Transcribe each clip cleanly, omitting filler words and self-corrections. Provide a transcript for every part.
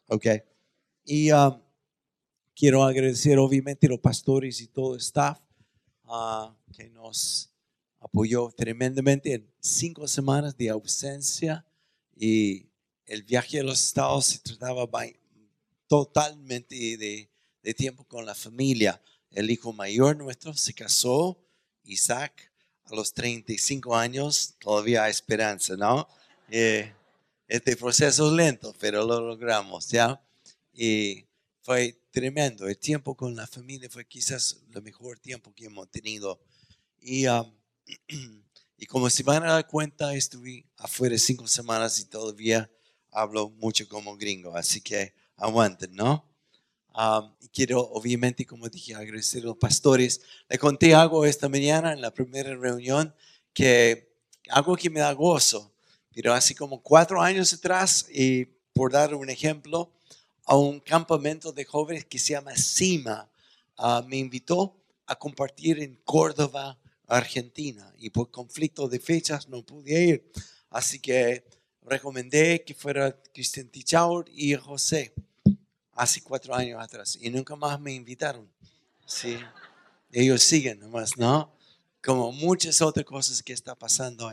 Ok. Y quiero agradecer obviamente a los pastores y todo el staff que nos apoyó tremendamente en 5 semanas de ausencia, y el viaje a los estados se trataba totalmente de tiempo con la familia. El hijo mayor nuestro se casó, Isaac, a los 35 años. Todavía hay esperanza, ¿no? Este proceso es lento, pero lo logramos, ¿ya? Y fue tremendo. El tiempo con la familia fue quizás el mejor tiempo que hemos tenido. Y, y como se van a dar cuenta, estuve afuera 5 semanas y todavía hablo mucho como gringo. Así que aguanten, ¿no? Y quiero, obviamente, como dije, agradecer a los pastores. Le conté algo esta mañana en la primera reunión, algo que me da gozo. Pero hace como 4 años atrás, y por dar un ejemplo, a un campamento de jóvenes que se llama CIMA, me invitó a compartir en Córdoba, Argentina. Y por conflicto de fechas no pude ir. Así que recomendé que fuera Cristian Tichaur y José hace 4 años atrás, y nunca más me invitaron. Sí, ellos siguen nomás, ¿no? Como muchas otras cosas que está pasando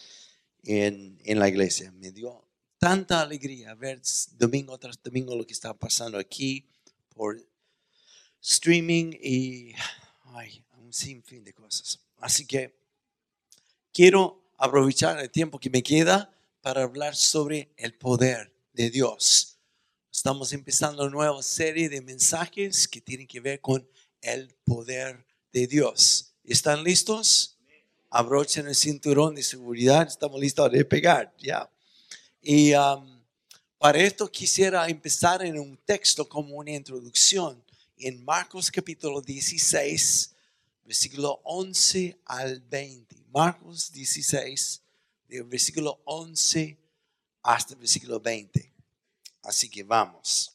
en la iglesia. Me dio tanta alegría ver domingo tras domingo lo que está pasando aquí por streaming y un sinfín de cosas. Así que quiero aprovechar el tiempo que me queda para hablar sobre el poder de Dios. Estamos empezando una nueva serie de mensajes que tienen que ver con el poder de Dios. ¿Están listos? Abrochen el cinturón de seguridad. Estamos listos a despegar. ¿Ya? Y para esto quisiera empezar en un texto como una introducción. En Marcos capítulo 16, versículo 11 al 20. Marcos 16, del versículo 11 hasta el versículo 20. Así que vamos.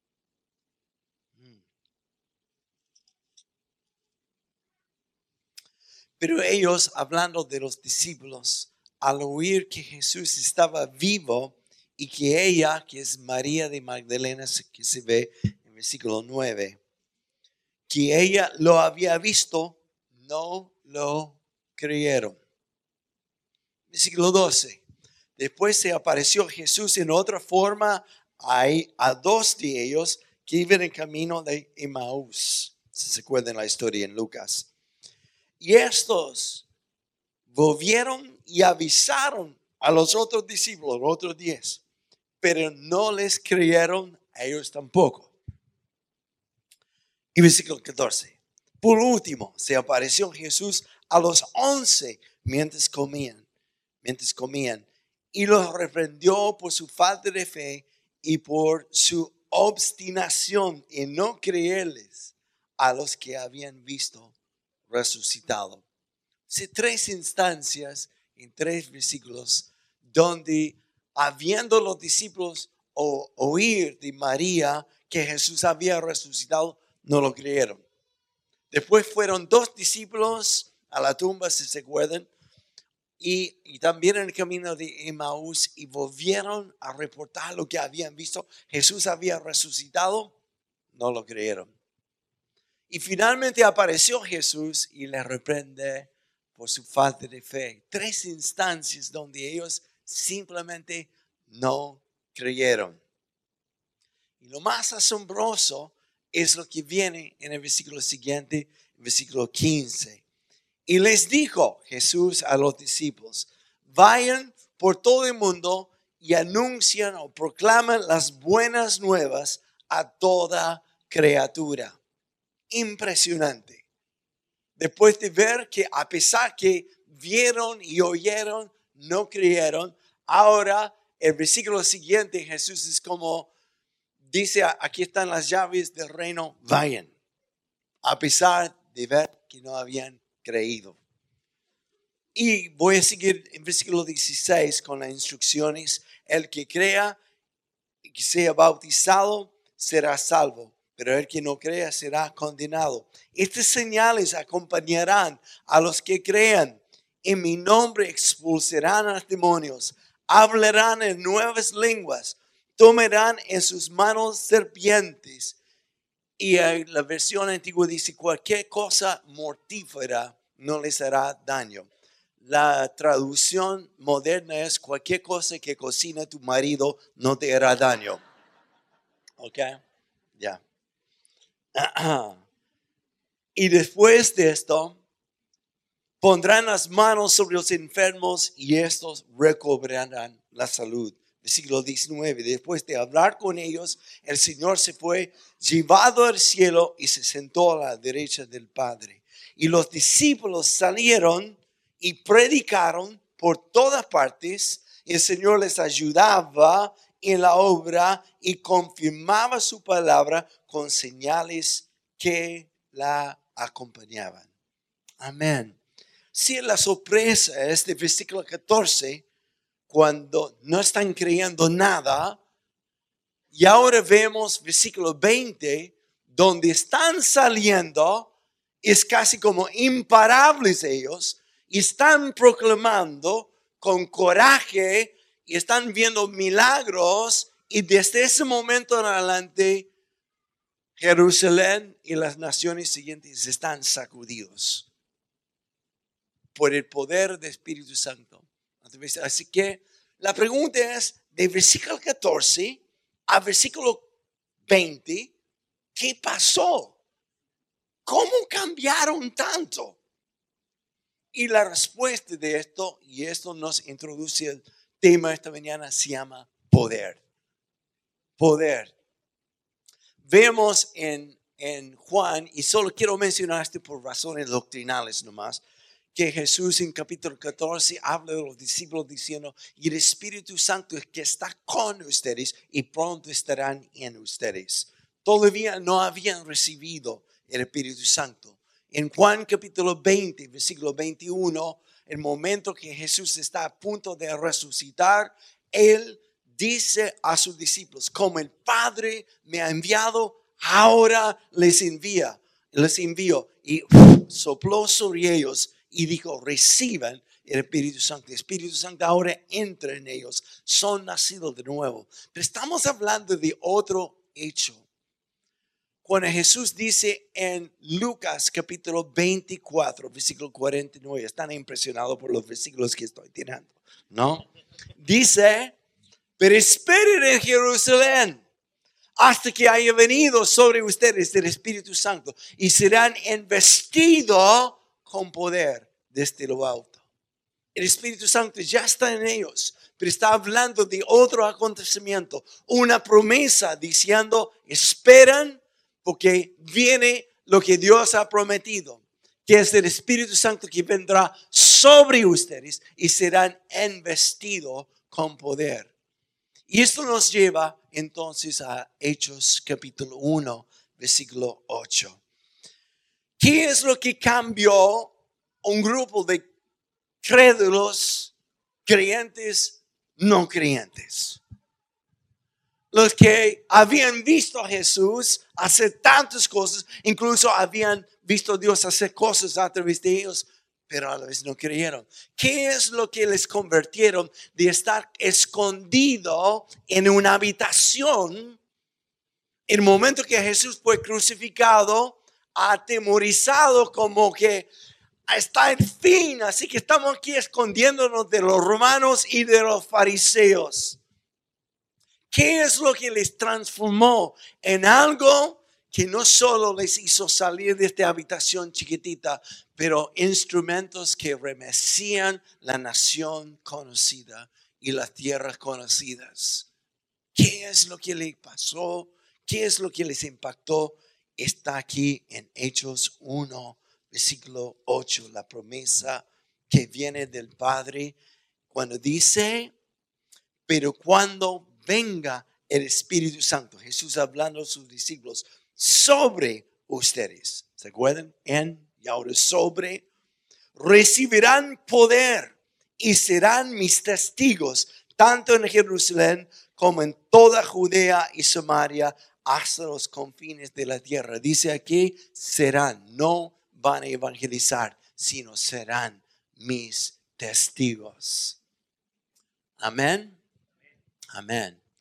Pero ellos, hablando de los discípulos, al oír que Jesús estaba vivo y que ella, que es María de Magdalena, que se ve en el versículo 9, que ella lo había visto, no lo creyeron. Versículo 12. Después se apareció Jesús en otra forma a 2 de ellos que iban en camino de Emaús. Si se acuerdan la historia en Lucas. Y estos volvieron y avisaron a los otros discípulos, los otros 10, pero no les creyeron a ellos tampoco. Y versículo 14. Por último, se apareció Jesús a los 11 mientras comían, y los reprendió por su falta de fe y por su obstinación en no creerles a los que habían visto resucitado. Sí, 3 instancias en 3 versículos donde, habiendo los discípulos oír de María que Jesús había resucitado, no lo creyeron. Después fueron 2 discípulos a la tumba, si se acuerdan, y también en el camino de Emaús, y volvieron a reportar lo que habían visto. Jesús había resucitado, no lo creyeron. Y finalmente apareció Jesús y les reprende por su falta de fe. 3 instancias donde ellos simplemente no creyeron. Y lo más asombroso es lo que viene en el versículo siguiente, versículo 15. Y les dijo Jesús a los discípulos: vayan por todo el mundo y anuncian o proclaman las buenas nuevas a toda criatura. Impresionante. Después de ver que a pesar que vieron y oyeron, no creyeron, ahora el versículo siguiente Jesús es como dice: aquí están las llaves del reino, vayan. A pesar de ver que no habían creído. Y voy a seguir en versículo 16 con las instrucciones. El que crea y que sea bautizado será salvo, pero el que no crea será condenado. Estas señales acompañarán a los que crean. En mi nombre expulsarán a los demonios, hablarán en nuevas lenguas, tomarán en sus manos serpientes. Y la versión antigua dice, cualquier cosa mortífera no les hará daño. La traducción moderna es, cualquier cosa que cocina tu marido no te hará daño. ¿Ok? Ya. Y después de esto, pondrán las manos sobre los enfermos y estos recobrarán la salud. Versículo 19. Después de hablar con ellos, el Señor se fue llevado al cielo y se sentó a la derecha del Padre. Y los discípulos salieron y predicaron por todas partes. Y el Señor les ayudaba en la obra y confirmaba su palabra con señales que la acompañaban. Amén. Si la sorpresa es de versículo 14, cuando no están creyendo nada, y ahora vemos versículo 20, donde están saliendo, es casi como imparables ellos, y están proclamando con coraje, y están viendo milagros, y desde ese momento en adelante, Jerusalén y las naciones siguientes están sacudidos por el poder del Espíritu Santo. Así que la pregunta es, de versículo 14 a versículo 20, ¿qué pasó? ¿Cómo cambiaron tanto? Y la respuesta de esto, y esto nos introduce el tema esta mañana, se llama poder. Poder. Vemos en Juan, y solo quiero mencionar esto por razones doctrinales nomás, que Jesús en capítulo 14 habla de los discípulos diciendo, y el Espíritu Santo es que está con ustedes y pronto estarán en ustedes. Todavía no habían recibido el Espíritu Santo. En Juan capítulo 20, versículo 21, el momento que Jesús está a punto de resucitar, Él dice a sus discípulos, como el Padre me ha enviado, ahora les envío. Y sopló sobre ellos y dijo, reciban el Espíritu Santo. El Espíritu Santo ahora entra en ellos. Son nacidos de nuevo. Pero estamos hablando de otro hecho. Cuando Jesús dice en Lucas capítulo 24, versículo 49, están impresionados por los versículos que estoy tirando, ¿no? Dice, pero esperen en Jerusalén hasta que haya venido sobre ustedes el Espíritu Santo y serán investidos con poder desde lo alto. El Espíritu Santo ya está en ellos, pero está hablando de otro acontecimiento, una promesa diciendo, esperan porque viene lo que Dios ha prometido, que es el Espíritu Santo que vendrá sobre ustedes y serán investidos con poder. Y esto nos lleva entonces a Hechos capítulo 1, versículo 8. ¿Qué es lo que cambió un grupo de crédulos, creyentes, no creyentes? Los que habían visto a Jesús hacer tantas cosas, incluso habían visto a Dios hacer cosas a través de ellos, pero a la vez no creyeron. ¿Qué es lo que les convirtieron de estar escondido en una habitación? El momento que Jesús fue crucificado, atemorizado, como que está en fin, así que estamos aquí escondiéndonos de los romanos y de los fariseos. ¿Qué es lo que les transformó en algo que no solo les hizo salir de esta habitación chiquitita, pero instrumentos que remecían la nación conocida y las tierras conocidas? ¿Qué es lo que les pasó? ¿Qué es lo que les impactó? Está aquí en Hechos 1, versículo 8, la promesa que viene del Padre cuando dice, pero cuando venga el Espíritu Santo, Jesús hablando a sus discípulos, sobre ustedes, ¿se acuerdan? Y ahora sobre, recibirán poder y serán mis testigos, tanto en Jerusalén como en toda Judea y Samaria, hasta los confines de la tierra. Dice aquí, serán, no van a evangelizar, sino serán mis testigos. Amén. Amén.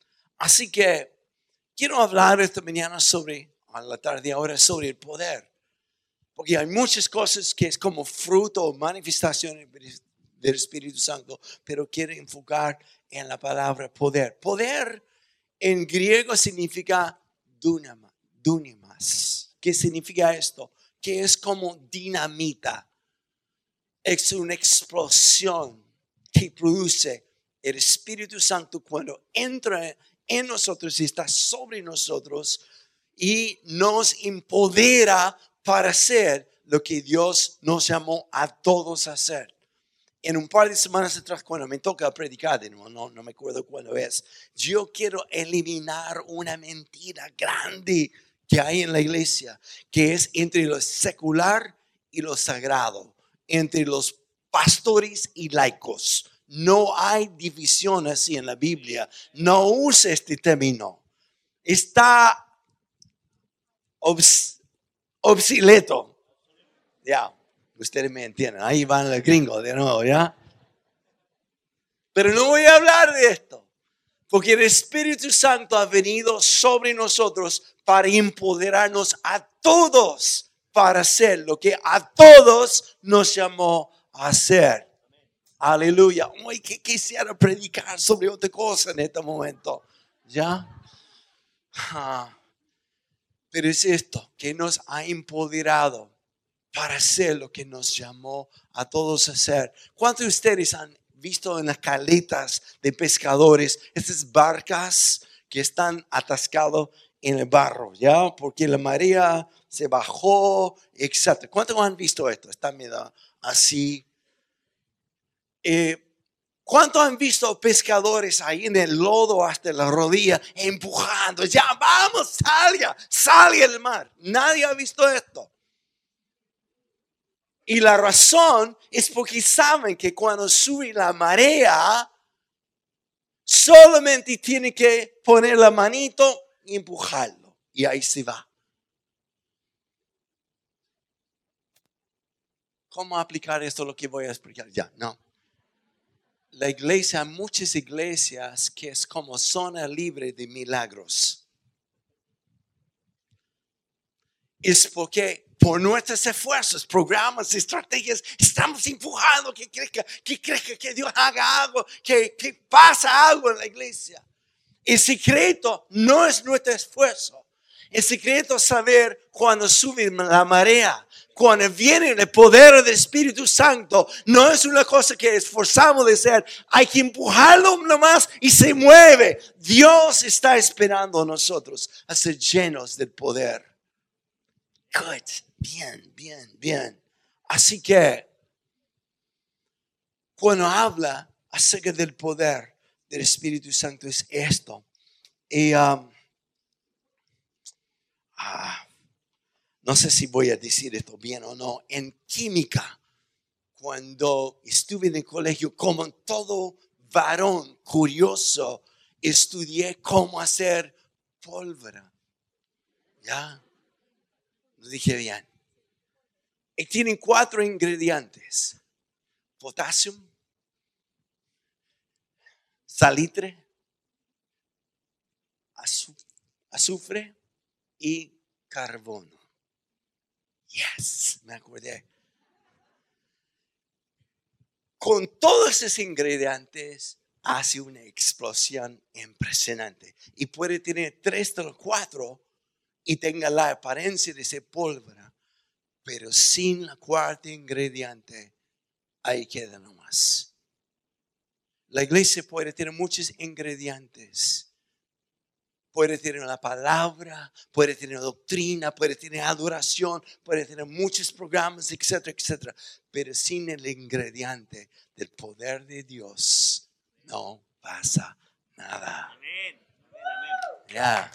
Así que quiero hablar esta mañana a la tarde ahora, sobre el poder. Porque hay muchas cosas que es como fruto o manifestación del Espíritu Santo, pero quiero enfocar en la palabra poder. Poder en griego significa dunamis. ¿Qué significa esto? Que es como dinamita. Es una explosión que produce el Espíritu Santo cuando entra en nosotros y está sobre nosotros y nos empodera para hacer lo que Dios nos llamó a todos a hacer. En un par de semanas atrás, cuando me toca predicar, no me acuerdo cuándo es, yo quiero eliminar una mentira grande que hay en la iglesia, que es entre lo secular y lo sagrado, entre los pastores y laicos. No hay división así en la Biblia. No use este término. Está obsoleto. Ya, ustedes me entienden. Ahí van los gringos de nuevo, ¿ya? Pero no voy a hablar de esto, porque el Espíritu Santo ha venido sobre nosotros para empoderarnos a todos para hacer lo que a todos nos llamó a hacer. Aleluya. Hoy que quisiera predicar sobre otra cosa en este momento. ¿Ya? Pero es esto, que nos ha empoderado para hacer lo que nos llamó a todos a hacer. ¿Cuántos de ustedes han visto en las caletas de pescadores estas barcas que están atascadas en el barro? ¿Ya? Porque la marea se bajó, etc. ¿Cuántos han visto esto? Están así. ¿Cuántos han visto pescadores ahí en el lodo hasta la rodilla empujando? Ya, vamos, salga del mar. Nadie ha visto esto. Y la razón es porque saben que cuando sube la marea, solamente tiene que poner la manito y empujarlo. Y ahí se va. ¿Cómo aplicar esto lo que voy a explicar? Ya, no. La iglesia, muchas iglesias que es como zona libre de milagros. Es porque por nuestros esfuerzos, programas, estrategias, estamos empujando que crezca, que Dios haga algo, que pasa algo en la iglesia. El secreto no es nuestro esfuerzo. El secreto es saber cuando sube la marea. Cuando viene el poder del Espíritu Santo, no es una cosa que esforzamos de hacer. Hay que empujarlo nomás y se mueve. Dios está esperando a nosotros a ser llenos del poder. Good. Bien. Así que, cuando habla acerca del poder del Espíritu Santo es esto. Y no sé si voy a decir esto bien o no. En química, cuando estuve en el colegio, como todo varón curioso, estudié cómo hacer pólvora. ¿Ya? Lo dije bien. Y tienen 4 ingredientes: potasio, salitre, azufre y carbono. Yes, me acordé. Con todos esos ingredientes hace una explosión impresionante. Y puede tener 3 o 4 y tenga la apariencia de ser pólvora, pero sin la 4º ingrediente, ahí queda nomás. La iglesia puede tener muchos ingredientes. Puede tener la palabra, puede tener doctrina, puede tener adoración, puede tener muchos programas, etcétera. Pero sin el ingrediente del poder de Dios, no pasa nada. Amén. Ya.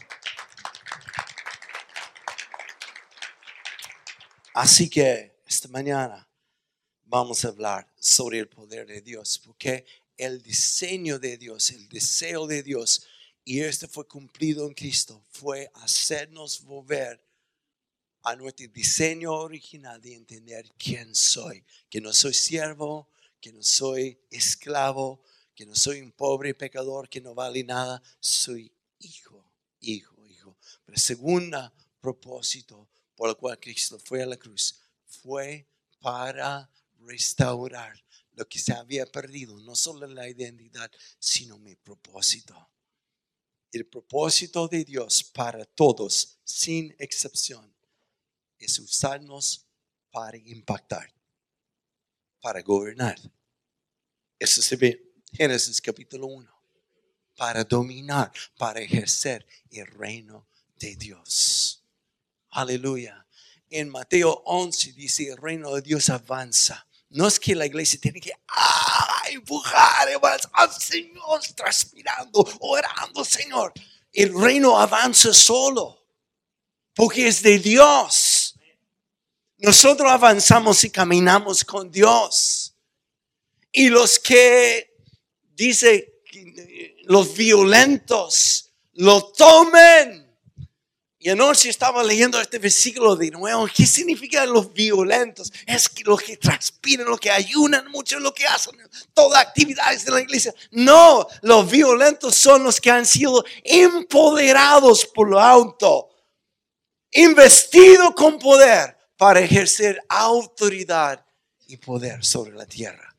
Así que esta mañana vamos a hablar sobre el poder de Dios, porque el diseño de Dios, el deseo de Dios, y esto fue cumplido en Cristo, fue hacernos volver a nuestro diseño original de entender quién soy. Que no soy siervo, que no soy esclavo, que no soy un pobre pecador que no vale nada. Soy hijo. Pero el segundo propósito por el cual Cristo fue a la cruz fue para restaurar lo que se había perdido, no solo la identidad, sino mi propósito. El propósito de Dios para todos, sin excepción, es usarnos para impactar, para gobernar. Eso se ve en Génesis capítulo 1. Para dominar, para ejercer el reino de Dios. Aleluya. En Mateo 11 dice: el reino de Dios avanza. No es que la iglesia tiene que empujar, Señor, transpirando, orando, Señor. El reino avanza solo, porque es de Dios. Nosotros avanzamos y caminamos con Dios. Y los que, dice, los violentos lo tomen. Y anoche estaba leyendo este versículo de nuevo. ¿Qué significa los violentos? Es que los que transpiran, los que ayunan mucho, los que hacen todas actividades de la iglesia. No, los violentos son los que han sido empoderados por lo alto, investidos con poder para ejercer autoridad y poder sobre la tierra.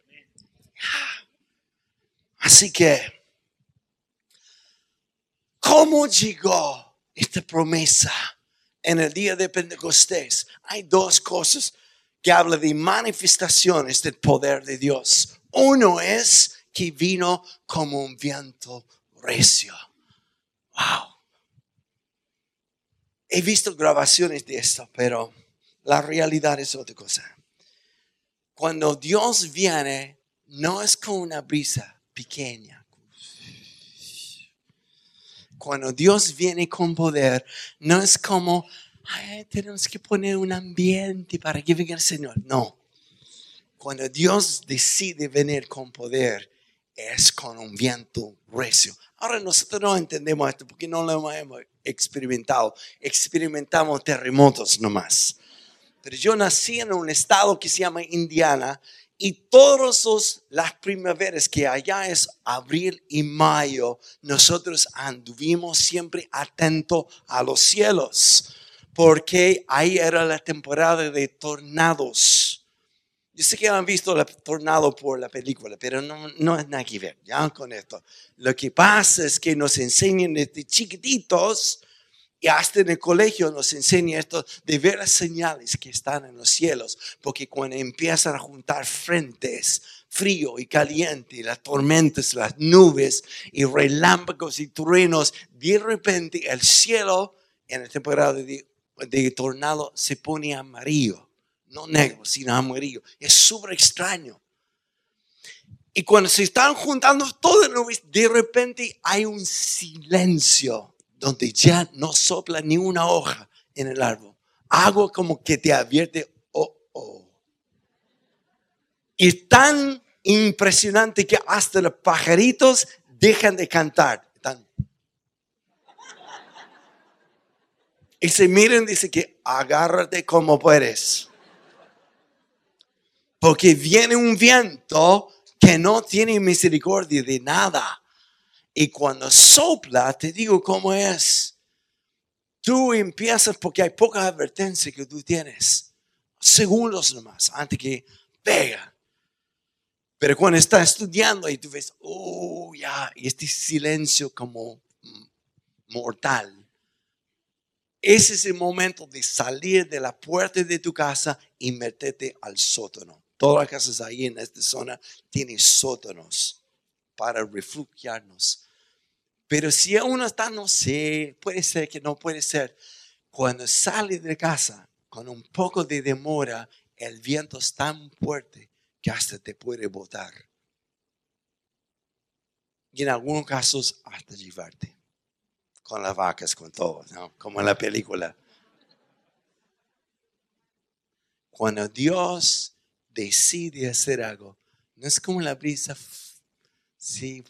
Así que, ¿cómo llegó esta promesa en el día de Pentecostés? Hay dos cosas que hablan de manifestaciones del poder de Dios. Uno es que vino como un viento recio. Wow. He visto grabaciones de esto, pero la realidad es otra cosa. Cuando Dios viene, no es con una brisa pequeña. Cuando Dios viene con poder, no es como, tenemos que poner un ambiente para que venga el Señor. No. Cuando Dios decide venir con poder, es con un viento recio. Ahora nosotros no entendemos esto porque no lo hemos experimentado. Experimentamos terremotos nomás. Pero yo nací en un estado que se llama Indiana. Y todas las primaveras, que allá es abril y mayo, nosotros anduvimos siempre atentos a los cielos, porque ahí era la temporada de tornados. Yo sé que han visto el tornado por la película, pero no es nada que ver ya con esto. Lo que pasa es que nos enseñan desde chiquititos, y hasta en el colegio nos enseña esto de ver las señales que están en los cielos. Porque cuando empiezan a juntar frentes, frío y caliente, las tormentas, las nubes y relámpagos y truenos, de repente el cielo en la temporada de tornado se pone amarillo. No negro, sino amarillo. Es súper extraño. Y cuando se están juntando todas las nubes, de repente hay un silencio, donde ya no sopla ni una hoja en el árbol. Algo como que te advierte, Y es tan impresionante que hasta los pajaritos dejan de cantar. Y se miran y dicen que agárrate como puedes. Porque viene un viento que no tiene misericordia de nada. Y cuando sopla, te digo cómo es. Tú empiezas, porque hay poca advertencia que tú tienes. Segundos nomás, antes que pega. Pero cuando estás estudiando y tú ves, ya, y este silencio como mortal. Ese es el momento de salir de la puerta de tu casa y meterte al sótano. Todas las casas ahí en esta zona tienen sótanos para refugiarnos. Pero si uno está, no sé, puede ser que no puede ser. Cuando sale de casa con un poco de demora, el viento es tan fuerte que hasta te puede botar. Y en algunos casos hasta llevarte. Con las vacas, con todo, ¿no? Como en la película. Cuando Dios decide hacer algo, no es como la brisa, sí,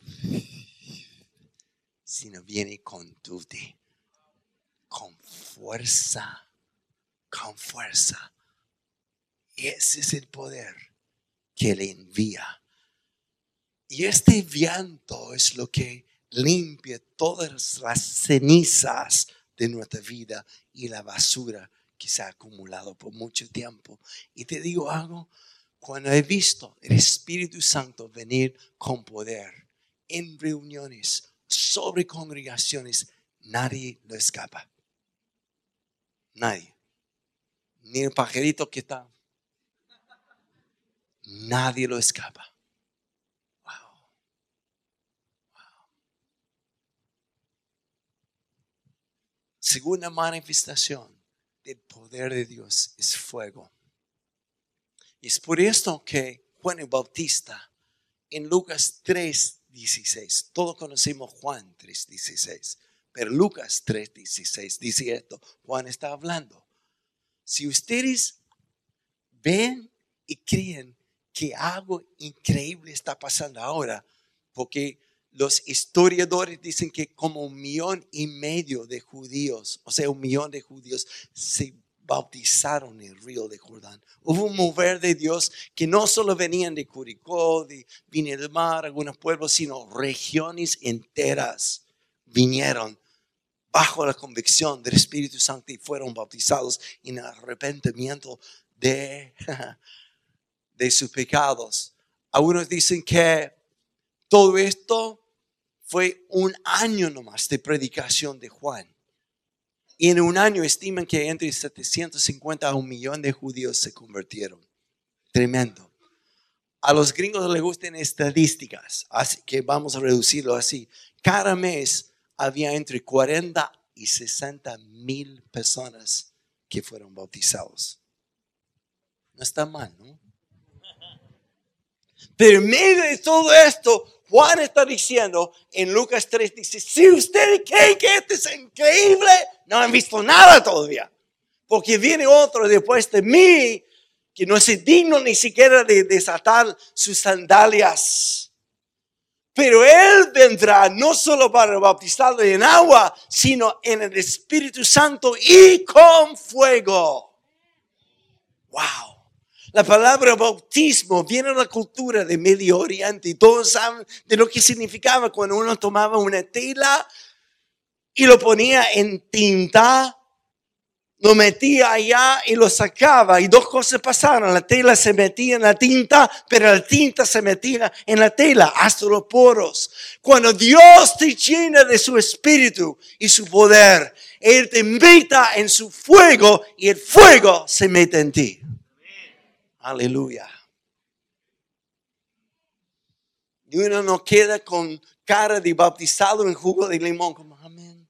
sino viene con duty, con fuerza, con fuerza. Ese es el poder que le envía. Y este viento es lo que limpie todas las cenizas de nuestra vida y la basura que se ha acumulado por mucho tiempo. Y te digo algo, cuando he visto el Espíritu Santo venir con poder en reuniones, sobre congregaciones, nadie lo escapa. Nadie. Ni el pajarito que está. Nadie lo escapa. Wow. Segunda manifestación del poder de Dios es fuego. Y es por esto que Juan el Bautista en Lucas 3:16, todos conocemos Juan 3:16, pero Lucas 3:16 dice esto. Juan está hablando. Si ustedes ven y creen que algo increíble está pasando ahora, porque los historiadores dicen que como 1,5 millones de judíos, o sea, 1 millón de judíos se bautizaron en el río de Jordán. Hubo un mover de Dios que no solo venían de Curicó, de Viña del Mar, algunos pueblos, sino regiones enteras vinieron bajo la convicción del Espíritu Santo y fueron bautizados en arrepentimiento de sus pecados. Algunos dicen que todo esto fue un año nomás de predicación de Juan. Y en un año estiman que entre 750 a 1 millón de judíos se convirtieron. Tremendo. A los gringos les gustan estadísticas, así que vamos a reducirlo así. Cada mes había entre 40 y 60 mil personas que fueron bautizados. No está mal, ¿no? Pero en medio de todo esto, Juan está diciendo en Lucas 3, dice, si ustedes creen que esto es increíble, no han visto nada todavía. Porque viene otro después de mí, que no es digno ni siquiera de desatar sus sandalias. Pero Él vendrá no solo para bautizarlo en agua, sino en el Espíritu Santo y con fuego. Wow. La palabra bautismo viene de la cultura de Medio Oriente y todos saben de lo que significaba cuando uno tomaba una tela y lo ponía en tinta, lo metía allá y lo sacaba y dos cosas pasaron. La tela se metía en la tinta, pero la tinta se metía en la tela hasta los poros. Cuando Dios te llena de su espíritu y su poder, Él te invita en su fuego y el fuego se mete en ti. Aleluya. Y uno no queda con cara de bautizado en jugo de limón, como amén.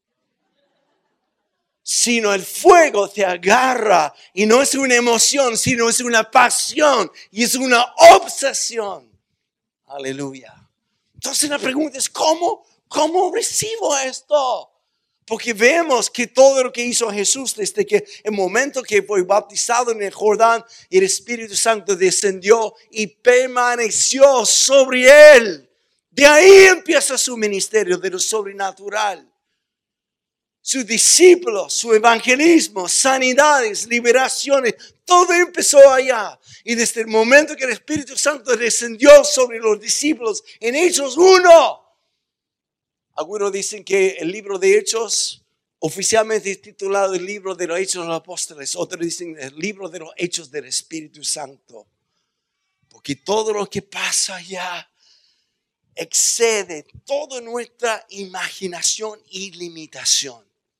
Sino el fuego te agarra y no es una emoción, sino es una pasión y es una obsesión. Aleluya. Entonces la pregunta es, ¿cómo recibo esto? Porque vemos que todo lo que hizo Jesús desde que el momento que fue bautizado en el Jordán, el Espíritu Santo descendió y permaneció sobre él. De ahí empieza su ministerio de lo sobrenatural. Sus discípulos, su evangelismo, sanidades, liberaciones, todo empezó allá. Y desde el momento que el Espíritu Santo descendió sobre los discípulos en Hechos 1, algunos dicen que el libro de Hechos oficialmente es titulado el libro de los Hechos de los Apóstoles. Otros dicen el libro de los Hechos del Espíritu Santo. Porque todo lo que pasa allá excede toda nuestra imaginación y limitación.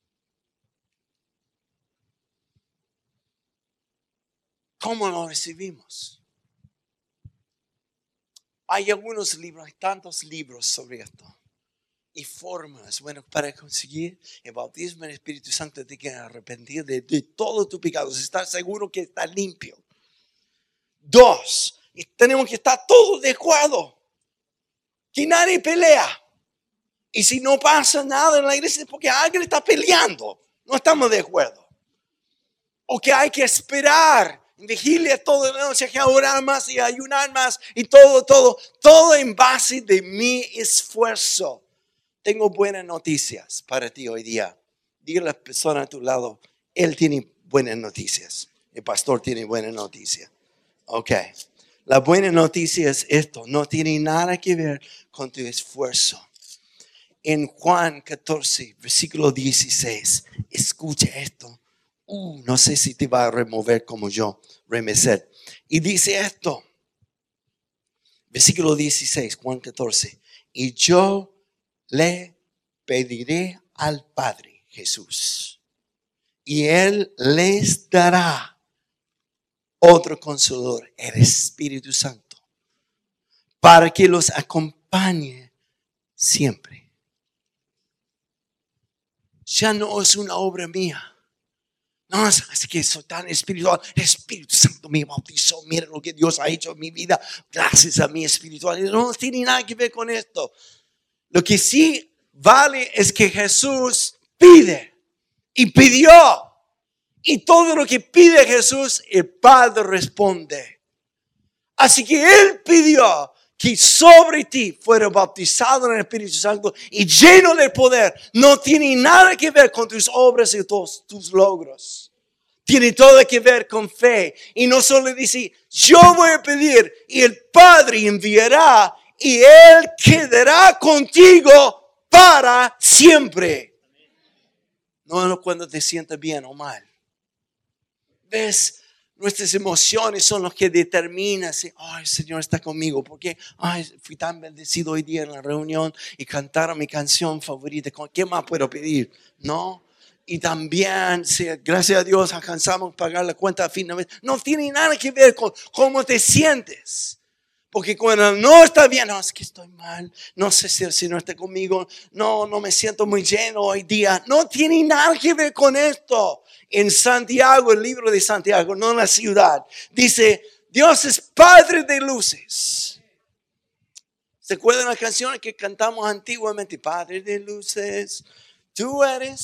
¿Cómo lo recibimos? Hay algunos libros, hay tantos libros sobre esto. Y formas, bueno, para conseguir el bautismo en el Espíritu Santo te tienes que arrepentir de todos tus pecados, estar seguro que está limpio. 2, tenemos que estar todos de acuerdo, que nadie pelea. Y si no pasa nada en la iglesia es porque alguien está peleando, no estamos de acuerdo. O que hay que esperar en vigilia toda la noche, que orar más y ayunar más y todo en base de mi esfuerzo. Tengo buenas noticias para ti hoy día. Dile a la persona a tu lado, él tiene buenas noticias. El pastor tiene buenas noticias. Ok. La buena noticia es esto. No tiene nada que ver con tu esfuerzo. en Juan 14, versículo 16. Escucha esto. No sé si te va a remover como yo, remecer. Y dice esto. Versículo 16, Juan 14. Y yo le pediré al Padre, Jesús, y Él les dará otro consolador, el Espíritu Santo, para que los acompañe siempre. Ya no es una obra mía. No, es que soy tan espiritual. El Espíritu Santo me bautizó. Mira lo que Dios ha hecho en mi vida gracias a mi espiritualidad. No tiene nada que ver con esto. Lo que sí vale es que Jesús pide y pidió. Y todo lo que pide Jesús, el Padre responde. Así que Él pidió que sobre ti fuera bautizado en el Espíritu Santo y lleno de poder. No tiene nada que ver con tus obras y tus logros. Tiene todo que ver con fe. Y no solo dice, yo voy a pedir y el Padre enviará y Él quedará contigo para siempre. No cuando te sientas bien o mal. ¿Ves? Nuestras emociones son los que determinan si, el Señor está conmigo. Porque, fui tan bendecido hoy día en la reunión y cantaron mi canción favorita. ¿Qué más puedo pedir? ¿No? Y también, gracias a Dios, alcanzamos a pagar la cuenta a fin de mes. No tiene nada que ver con cómo te sientes. Porque cuando no está bien, es que estoy mal. No sé si el Señor está conmigo. No me siento muy lleno hoy día. No tiene nada que ver con esto. En Santiago, el libro de Santiago, no en la ciudad, dice, Dios es Padre de luces. ¿Se acuerdan las canciones que cantamos antiguamente? Padre de luces, tú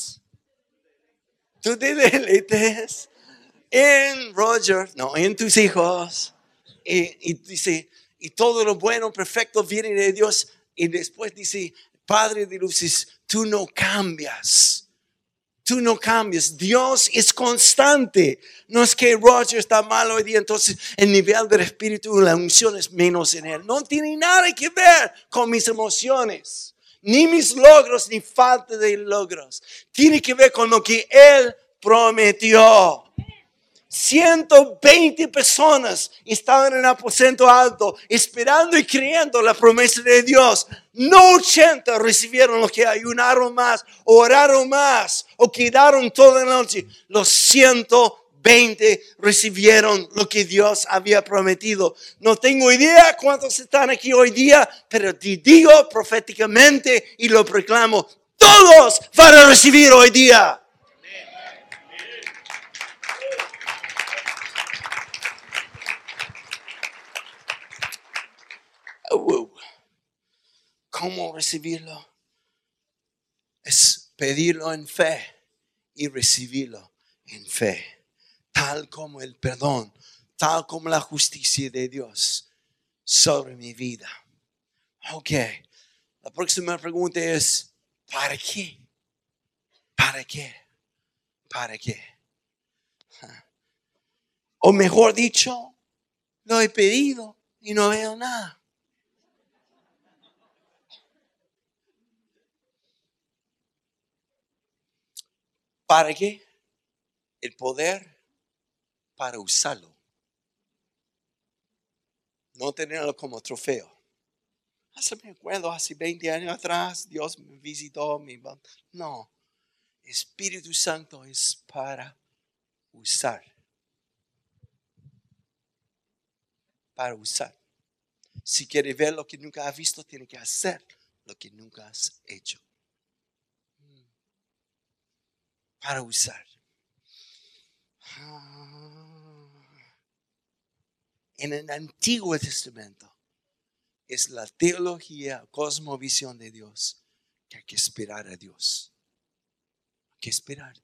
te deleites en Roger, no, en tus hijos. Y dice, y todo lo bueno, perfecto viene de Dios. Y después dice, Padre de luces, tú no cambias. Tú no cambias. Dios es constante. No es que Roger está mal hoy día, entonces el nivel del Espíritu, la unción es menos en él. No tiene nada que ver con mis emociones, ni mis logros, ni falta de logros. Tiene que ver con lo que Él prometió. 120 personas estaban en el aposento alto esperando y creyendo la promesa de Dios. No 80 recibieron los que ayunaron más, oraron más o quedaron toda la noche. Los 120 recibieron lo que Dios había prometido. No tengo idea cuántos están aquí hoy día, pero te digo proféticamente y lo proclamo. Todos van a recibir hoy día. ¿Cómo recibirlo? Es pedirlo en fe y recibirlo en fe. Tal como el perdón, tal como la justicia de Dios sobre mi vida. Ok, la próxima pregunta es, ¿para qué? ¿Para qué? ¿Para qué? O mejor dicho, lo he pedido y no veo nada. ¿Para qué? El poder para usarlo. No tenerlo como trofeo. Me acuerdo, hace 20 años atrás, Dios me visitó. No, Espíritu Santo es para usar. Para usar. Si quieres ver lo que nunca has visto, tienes que hacer lo que nunca has hecho. Para usar. En el Antiguo Testamento es la teología, cosmovisión de Dios, que hay que esperar a Dios. Hay que esperar.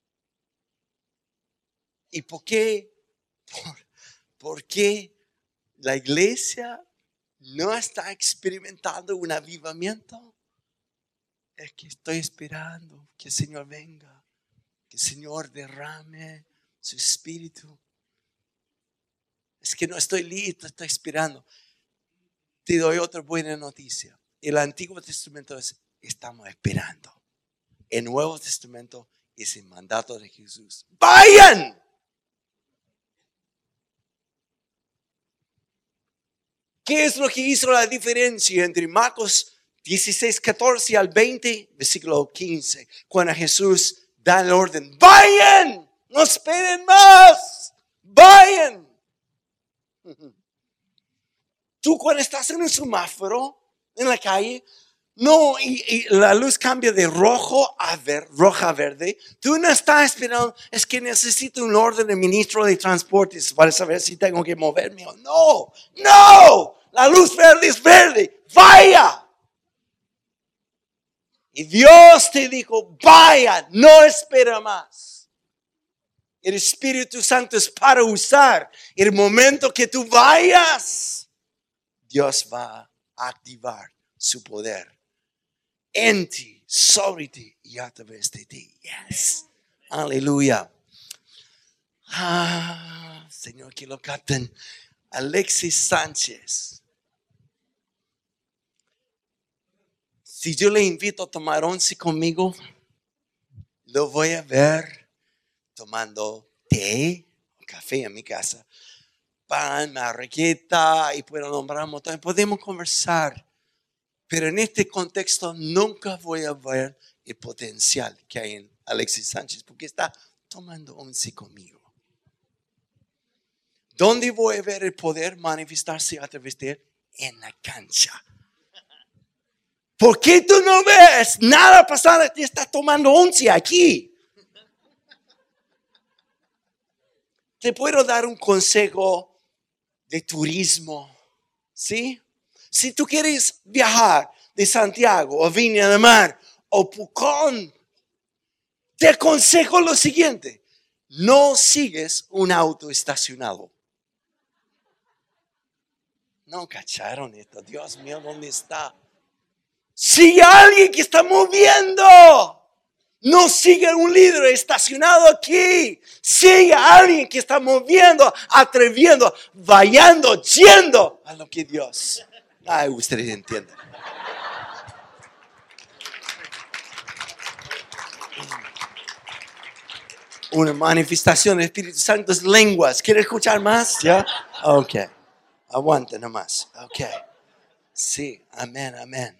¿Y por qué? ¿Por qué la iglesia no está experimentando un avivamiento? Es que estoy esperando que el Señor venga, que el Señor derrame su espíritu. Es que no estoy listo, estoy esperando. Te doy otra buena noticia. El Antiguo Testamento es estamos esperando. El Nuevo Testamento es el mandato de Jesús. ¡Vayan! ¿Qué es lo que hizo la diferencia entre Marcos 16, 14 al 20, versículo 15? Cuando Jesús da el orden, ¡vayan! ¡No esperen más! ¡Vayan! Tú cuando estás en un semáforo, en la calle, no, y la luz cambia de roja a verde. Tú no estás esperando, es que necesito un orden del ministro de Transportes para saber si tengo que moverme o no. No, la luz verde es verde. Vaya. Y Dios te dijo, vaya, no espera más. El Espíritu Santo es para usar. El momento que tú vayas, Dios va a activar su poder en ti, sobre ti y a través de ti. Yes. Aleluya. Señor, que lo capten. Alexis Sánchez. Si yo le invito a tomar once conmigo, lo voy a ver tomando té o café en mi casa. Pan, marraqueta y puedo nombrar un montón. Podemos conversar. Pero en este contexto nunca voy a ver el potencial que hay en Alexis Sánchez porque está tomando once conmigo. ¿Dónde voy a ver el poder manifestarse a través de él? En la cancha. ¿Por qué tú no ves nada pasar? Te está tomando once aquí. Te puedo dar un consejo de turismo, ¿sí? Si tú quieres viajar de Santiago a Viña del Mar o Pucón, te aconsejo lo siguiente. No sigues un auto estacionado. No cacharon esto. Dios mío, ¿dónde está? Sigue a alguien que está moviendo. No sigue a un líder estacionado aquí. Sigue a alguien que está moviendo, atreviendo, vayando, yendo a lo que Dios. Ay, ustedes entienden. Una manifestación del Espíritu Santo es lenguas. ¿Quiere escuchar más? ¿Ya? Ok. Aguanta nomás. Ok. Sí. Amén, amén.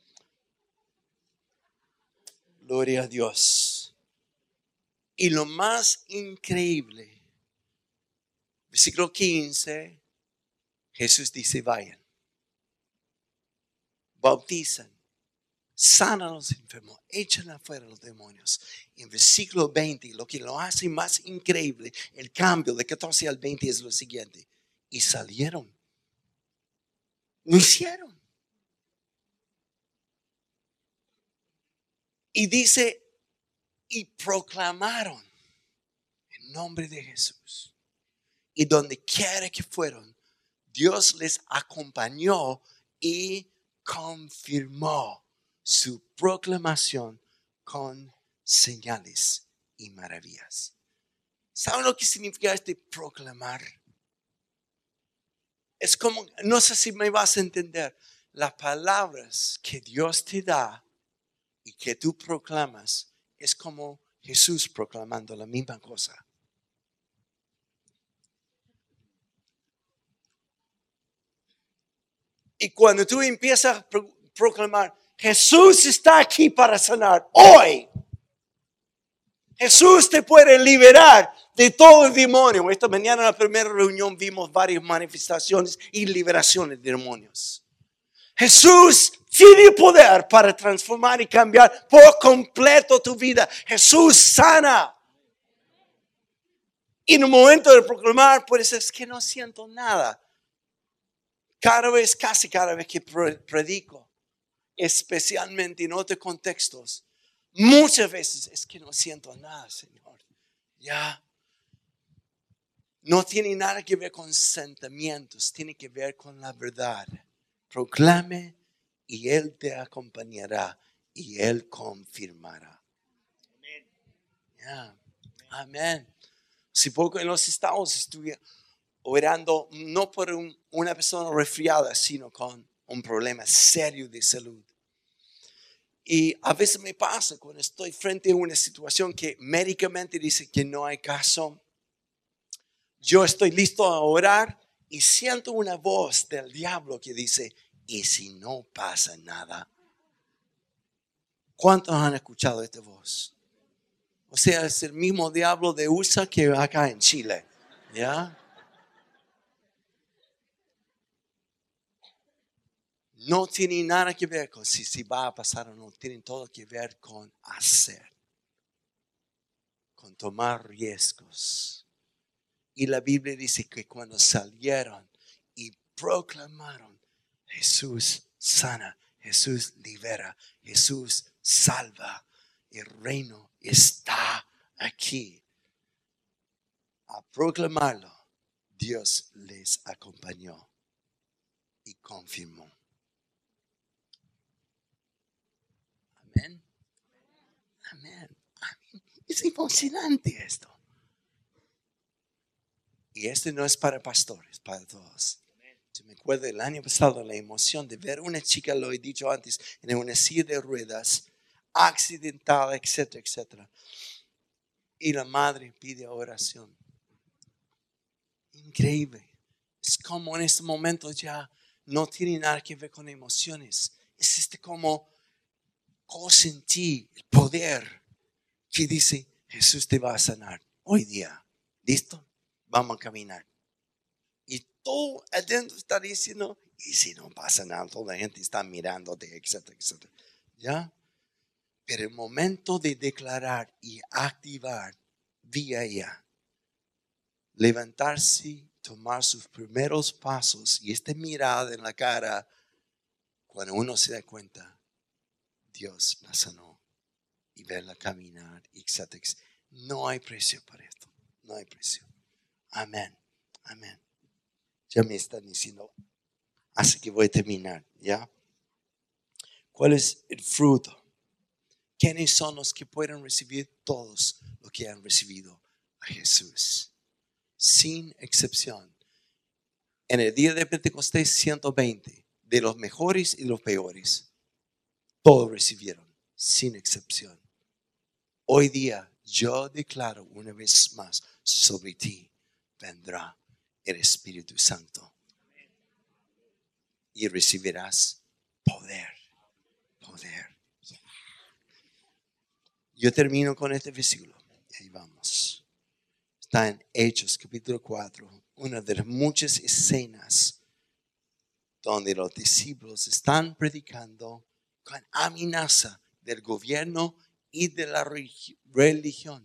Gloria a Dios. Y lo más increíble, versículo 15, Jesús dice, vayan. Bautizan. Sanan a los enfermos, echan afuera los demonios. En versículo 20, lo que lo hace más increíble, el cambio de 14 al 20 es lo siguiente. Y salieron. Lo hicieron. Y dice, y proclamaron el nombre de Jesús. Y donde quiera que fueron, Dios les acompañó y confirmó su proclamación con señales y maravillas. ¿Saben lo que significa este proclamar? Es como, no sé si me vas a entender, las palabras que Dios te da y que tú proclamas es como Jesús proclamando la misma cosa. Y cuando tú empiezas a proclamar, Jesús está aquí para sanar hoy. Jesús te puede liberar de todo el demonio. Esta mañana en la primera reunión vimos varias manifestaciones y liberaciones de demonios. Jesús tiene poder para transformar y cambiar por completo tu vida. Jesús sana. Y en el momento de proclamar, puede ser que no siento nada. Casi cada vez que predico, especialmente en otros contextos, muchas veces es que no siento nada, Señor. Ya. No tiene nada que ver con sentimientos, tiene que ver con la verdad. Proclame y Él te acompañará y Él confirmará. Amén. Yeah. Amén. Si poco en los estados estuve orando no por una persona resfriada, sino con un problema serio de salud. Y a veces me pasa cuando estoy frente a una situación que médicamente dice que no hay caso. Yo estoy listo a orar y siento una voz del diablo que dice, ¿y si no pasa nada? ¿Cuántos han escuchado esta voz? O sea, es el mismo diablo de USA que acá en Chile. ¿Ya? No tiene nada que ver con si va a pasar o no. Tienen todo que ver con hacer. Con tomar riesgos. Y la Biblia dice que cuando salieron y proclamaron, Jesús sana, Jesús libera, Jesús salva, el reino está aquí. A proclamarlo, Dios les acompañó y confirmó. Amén. Amén. Amén. Es emocionante esto. Y esto no es para pastores, para todos. Yo me acuerdo el año pasado la emoción de ver una chica, lo he dicho antes, en una silla de ruedas, accidentada, etcétera, etcétera. Y la madre pide oración. Increíble. Es como en este momento ya no tiene nada que ver con emociones. Es como sentir el poder que dice, Jesús te va a sanar hoy día. ¿Listo? Vamos a caminar. Y todo adentro está diciendo, y si no pasa nada, toda la gente está mirándote, etcétera, etcétera. ¿Ya? Pero el momento de declarar y activar, vi a ella levantarse, tomar sus primeros pasos y esta mirada en la cara, cuando uno se da cuenta, Dios la sanó y verla caminar, etcétera. No hay precio para esto, no hay precio. Amén, amén. Ya me están diciendo, así que voy a terminar, ¿ya? ¿Cuál es el fruto? ¿Quiénes son los que pueden recibir? Todos los que han recibido a Jesús, sin excepción. En el día de Pentecostés, 120, de los mejores y los peores, todos recibieron, sin excepción. Hoy día, yo declaro una vez más, sobre ti vendrá el Espíritu Santo. Y recibirás poder. Yo termino con este versículo. Ahí vamos. Está en Hechos capítulo 4. Una de las muchas escenas donde los discípulos están predicando con amenaza del gobierno y de la religión.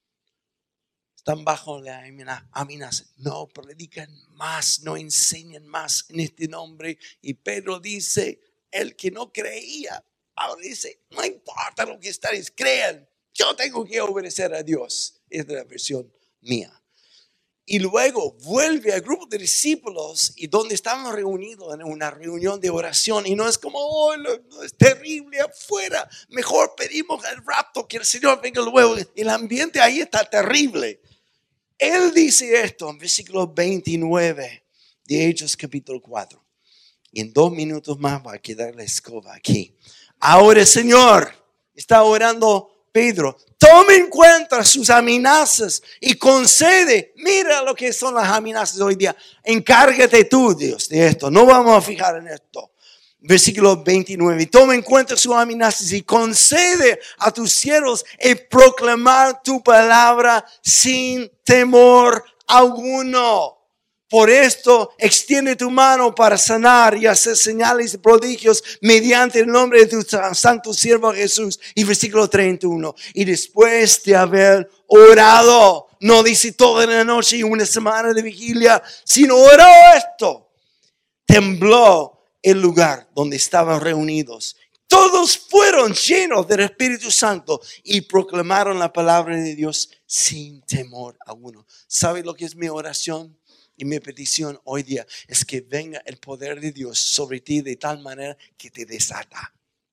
Están bajo la amenaza. No predican más, no enseñan más en este nombre. Y Pedro dice, el que no creía, ahora dice, no importa lo que ustedes crean, yo tengo que obedecer a Dios. Es la versión mía. Y luego vuelve al grupo de discípulos y donde estaban reunidos en una reunión de oración. Y no es como, oh, no, es terrible afuera. Mejor pedimos el rapto, que el Señor venga luego. El ambiente ahí está terrible. Él dice esto en versículo 29 de Hechos capítulo 4. Y en 2 minutos más va a quedar la escoba aquí. Ahora, Señor, está orando Pedro, tome en cuenta sus amenazas y concede. Mira lo que son las amenazas hoy día. Encárgate tú, Dios, de esto. No vamos a fijar en esto. Versículo 29. Toma en cuenta sus amenazas y concede a tus siervos el proclamar tu palabra sin temor alguno. Por esto, extiende tu mano para sanar y hacer señales y prodigios mediante el nombre de tu santo siervo Jesús. Y versículo 31. Y después de haber orado, no dice toda la noche y una semana de vigilia, sino oró esto. Tembló el lugar donde estaban reunidos. Todos fueron llenos del Espíritu Santo y proclamaron la palabra de Dios sin temor alguno. ¿Sabe lo que es mi oración? Y mi petición hoy día es que venga el poder de Dios sobre ti de tal manera que te desata.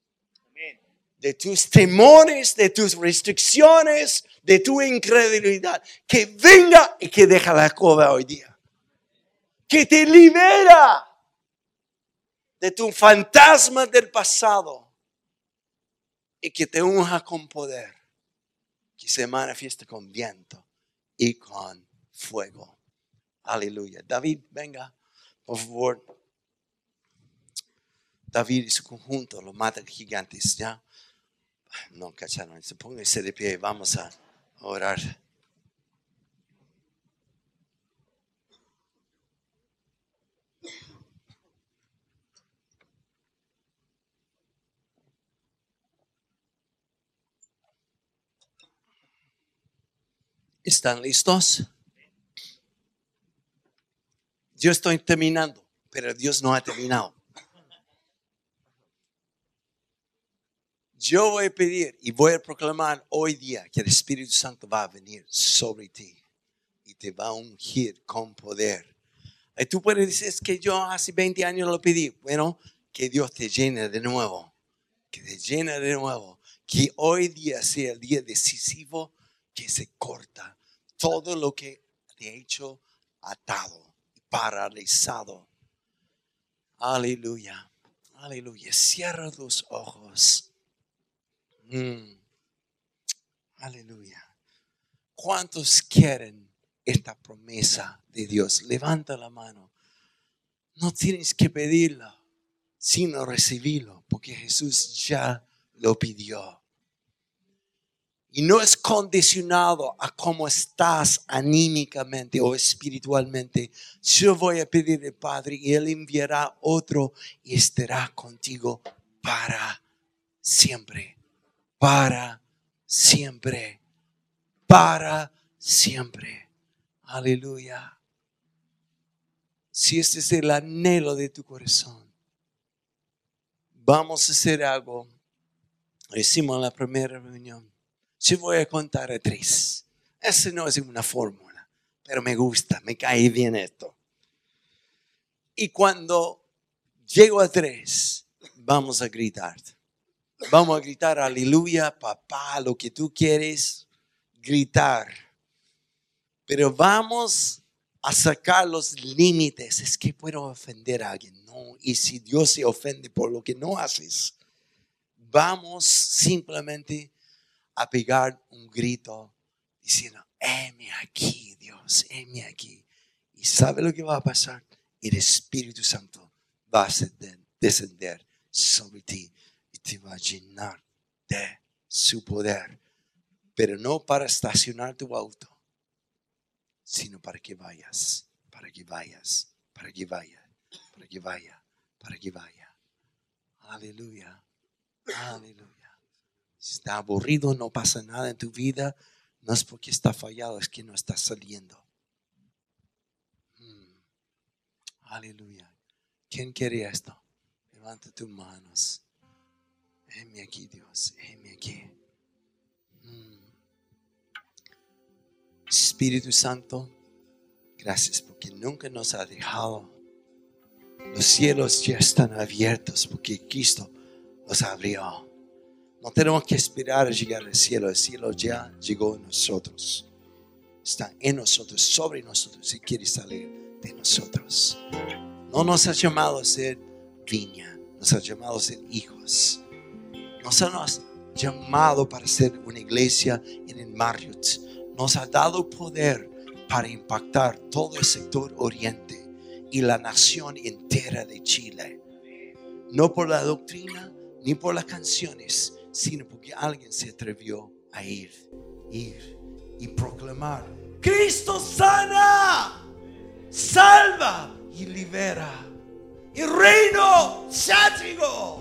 De tus temores, de tus restricciones, de tu incredulidad. Que venga y que deja la escoba hoy día. Que te libera de tu fantasma del pasado. y que te unja con poder, que se manifieste con viento y con fuego. Aleluya. David, venga, por favor. David y su conjunto lo matan gigantes, ¿ya? No cacharon. Pónganse de pie, vamos a orar. ¿Están listos? Yo estoy terminando, pero Dios no ha terminado. Yo voy a pedir y voy a proclamar hoy día que el Espíritu Santo va a venir sobre ti y te va a ungir con poder. Y tú puedes decir, es que yo hace 20 años lo pedí. Bueno, que Dios te llene de nuevo. Que te llene de nuevo. Que hoy día sea el día decisivo que se corta todo lo que te ha hecho atado y paralizado. Aleluya. Aleluya. Cierra los ojos. Aleluya. ¿Cuántos quieren esta promesa de Dios? Levanta la mano. No tienes que pedirlo, sino recibirlo, porque Jesús ya lo pidió. Y no es condicionado a cómo estás anímicamente o espiritualmente. Yo voy a pedir al Padre y Él enviará otro y estará contigo para siempre. Para siempre. Para siempre. Aleluya. Si este es el anhelo de tu corazón, vamos a hacer algo. Lo hicimos en la primera reunión. Yo voy a contar a 3. Esa no es una fórmula, pero me gusta, me cae bien esto. Y cuando llego a 3, vamos a gritar. Vamos a gritar aleluya, papá, lo que tú quieres gritar. Pero vamos a sacar los límites. Es que puedo ofender a alguien. No, y si Dios se ofende por lo que no haces, vamos simplemente a pegar un grito diciendo, heme aquí, Dios, heme aquí. ¿Y sabe lo que va a pasar? El Espíritu Santo va a descender sobre ti y te va a llenar de su poder. Pero no para estacionar tu auto, sino para que vayas, para que vayas, para que vaya, para que vaya, para que vaya. Aleluya, aleluya. Si está aburrido, no pasa nada en tu vida, no es porque está fallado, es que no está saliendo. Aleluya. ¿Quién quiere esto? Levanta tus manos. Heme aquí, Dios, heme aquí. Espíritu Santo, gracias porque nunca nos ha dejado. Los cielos ya están abiertos porque Cristo los abrió. No tenemos que esperar a llegar al cielo. El cielo ya llegó a nosotros. Está en nosotros, sobre nosotros y quiere salir de nosotros. No nos ha llamado a ser viña, nos ha llamado a ser hijos. Nos ha llamado para ser una iglesia en el Marriott. Nos ha dado poder para impactar todo el sector oriente y la nación entera de Chile. No por la doctrina ni por las canciones, sino porque alguien se atrevió a ir y proclamar: Cristo sana, salva y libera. El reino ya llegó.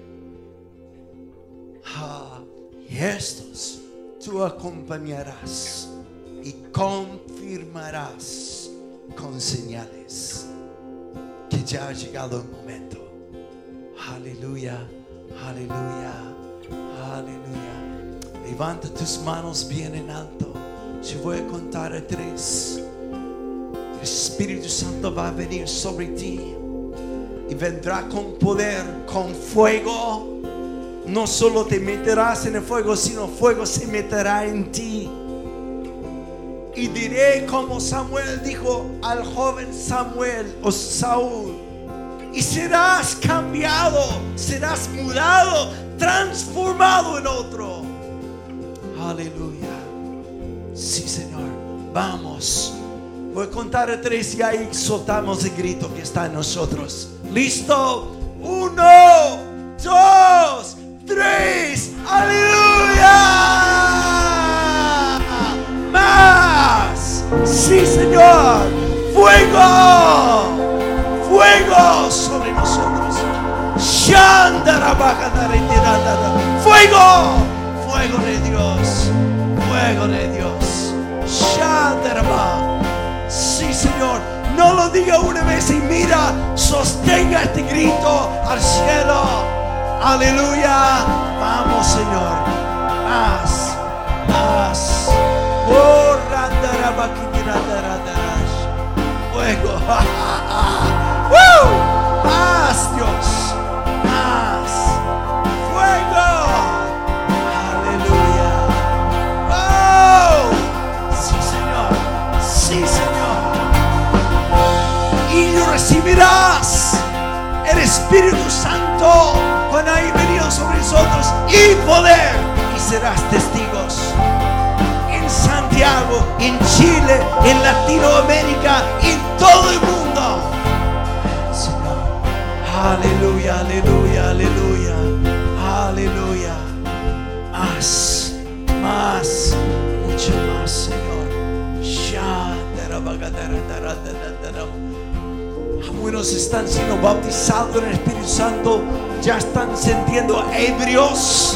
Y estos tú acompañarás y confirmarás con señales que ya ha llegado el momento. Aleluya, aleluya, aleluya. Levanta tus manos bien en alto. Yo voy a contar a 3. El Espíritu Santo va a venir sobre ti y vendrá con poder, con fuego. No solo te meterás en el fuego, sino fuego se meterá en ti. Y diré como Samuel dijo al joven Samuel o Saúl: y serás cambiado, serás mudado transformado en otro. Aleluya. Sí, Señor. Vamos. Voy a contar a 3 y ahí soltamos el grito que está en nosotros. ¿Listo? 1, 2, 3. ¡Aleluya! ¡Más! ¡Sí, Señor! ¡Fuego! ¡Fuego sobre nosotros! ¡Fuego! ¡Fuego de Dios! ¡Fuego de Dios! Sí, Señor. No lo diga una vez y mira, sostenga este grito al cielo. Aleluya. Vamos, Señor. Más, más. Oh, fuego. Más, Dios. Más. Fuego. Aleluya. Oh. Sí, Señor. Sí, Señor. Y recibirás el Espíritu Santo cuando haya venido sobre nosotros y poder, y serás testigos en Santiago, en Chile, en Latinoamérica, en todo el mundo. Señor. Aleluya, aleluya, aleluya, aleluya. Más, más, mucho más, Señor. Algunos están siendo bautizados en el Espíritu Santo, ya están sintiendo ebrios.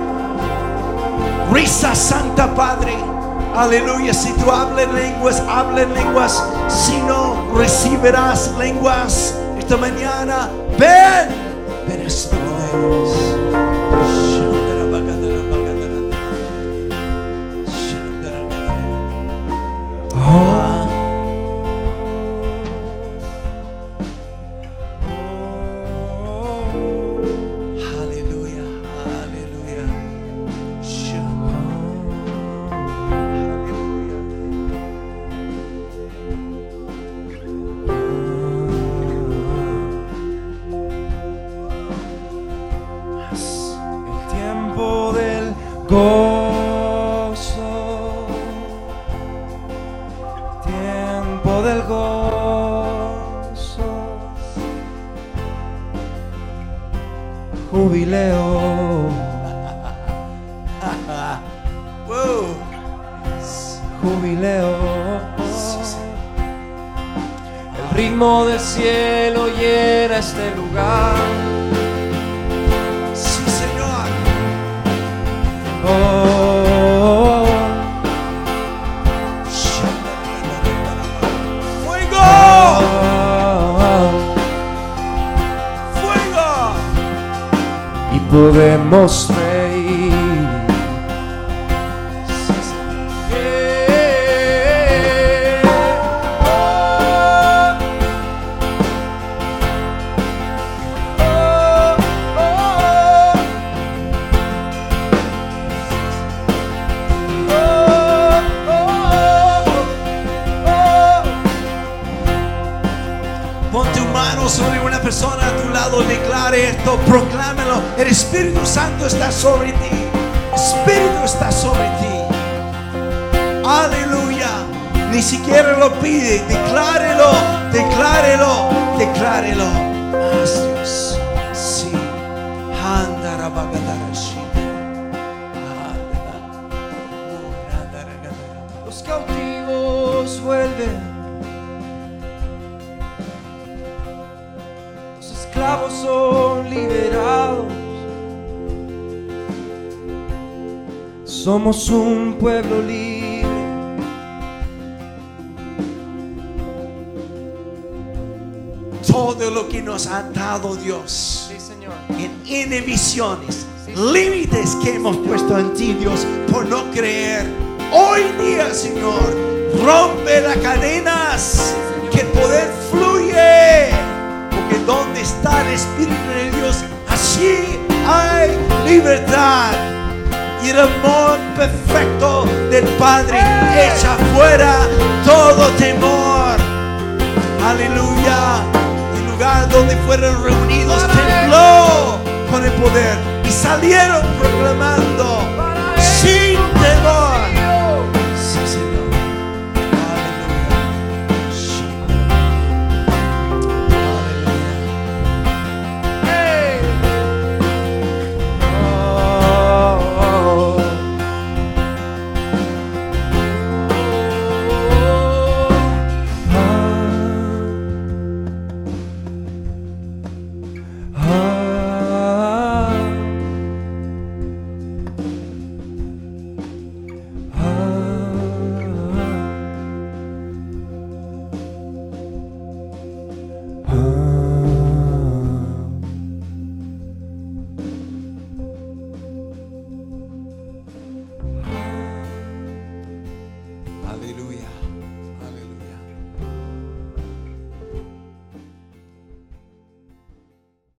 Risa Santa, Padre. Aleluya. Si tú hablas en lenguas, habla en lenguas. Si no, recibirás lenguas esta mañana. Ven, ven Espíritu de Dios. Tiempo del gozo, jubileo, jubileo. El ritmo del cielo llena este lugar. Sí, Señor. ¡Fuego! ¡Fuego! Y podemos reír. Pon tu mano sobre una persona a tu lado, declare esto, proclámelo. El Espíritu Santo está sobre ti. El Espíritu está sobre ti. Aleluya. Ni siquiera lo pide, declárelo, declárelo, declárelo. Más Dios. Sí. Los cautivos vuelven, los esclavos son liberados. Somos un pueblo libre. Todo lo que nos ha dado Dios, Sí, Señor. en inhibiciones, límites que hemos puesto en ti, Dios, por no creer. Hoy día, Señor, rompe las cadenas, que el poder fluye, porque donde está el Espíritu de Dios, allí hay libertad. Y el amor perfecto del Padre echa fuera todo temor. Aleluya. El lugar donde fueron reunidos tembló con el poder y salieron proclamando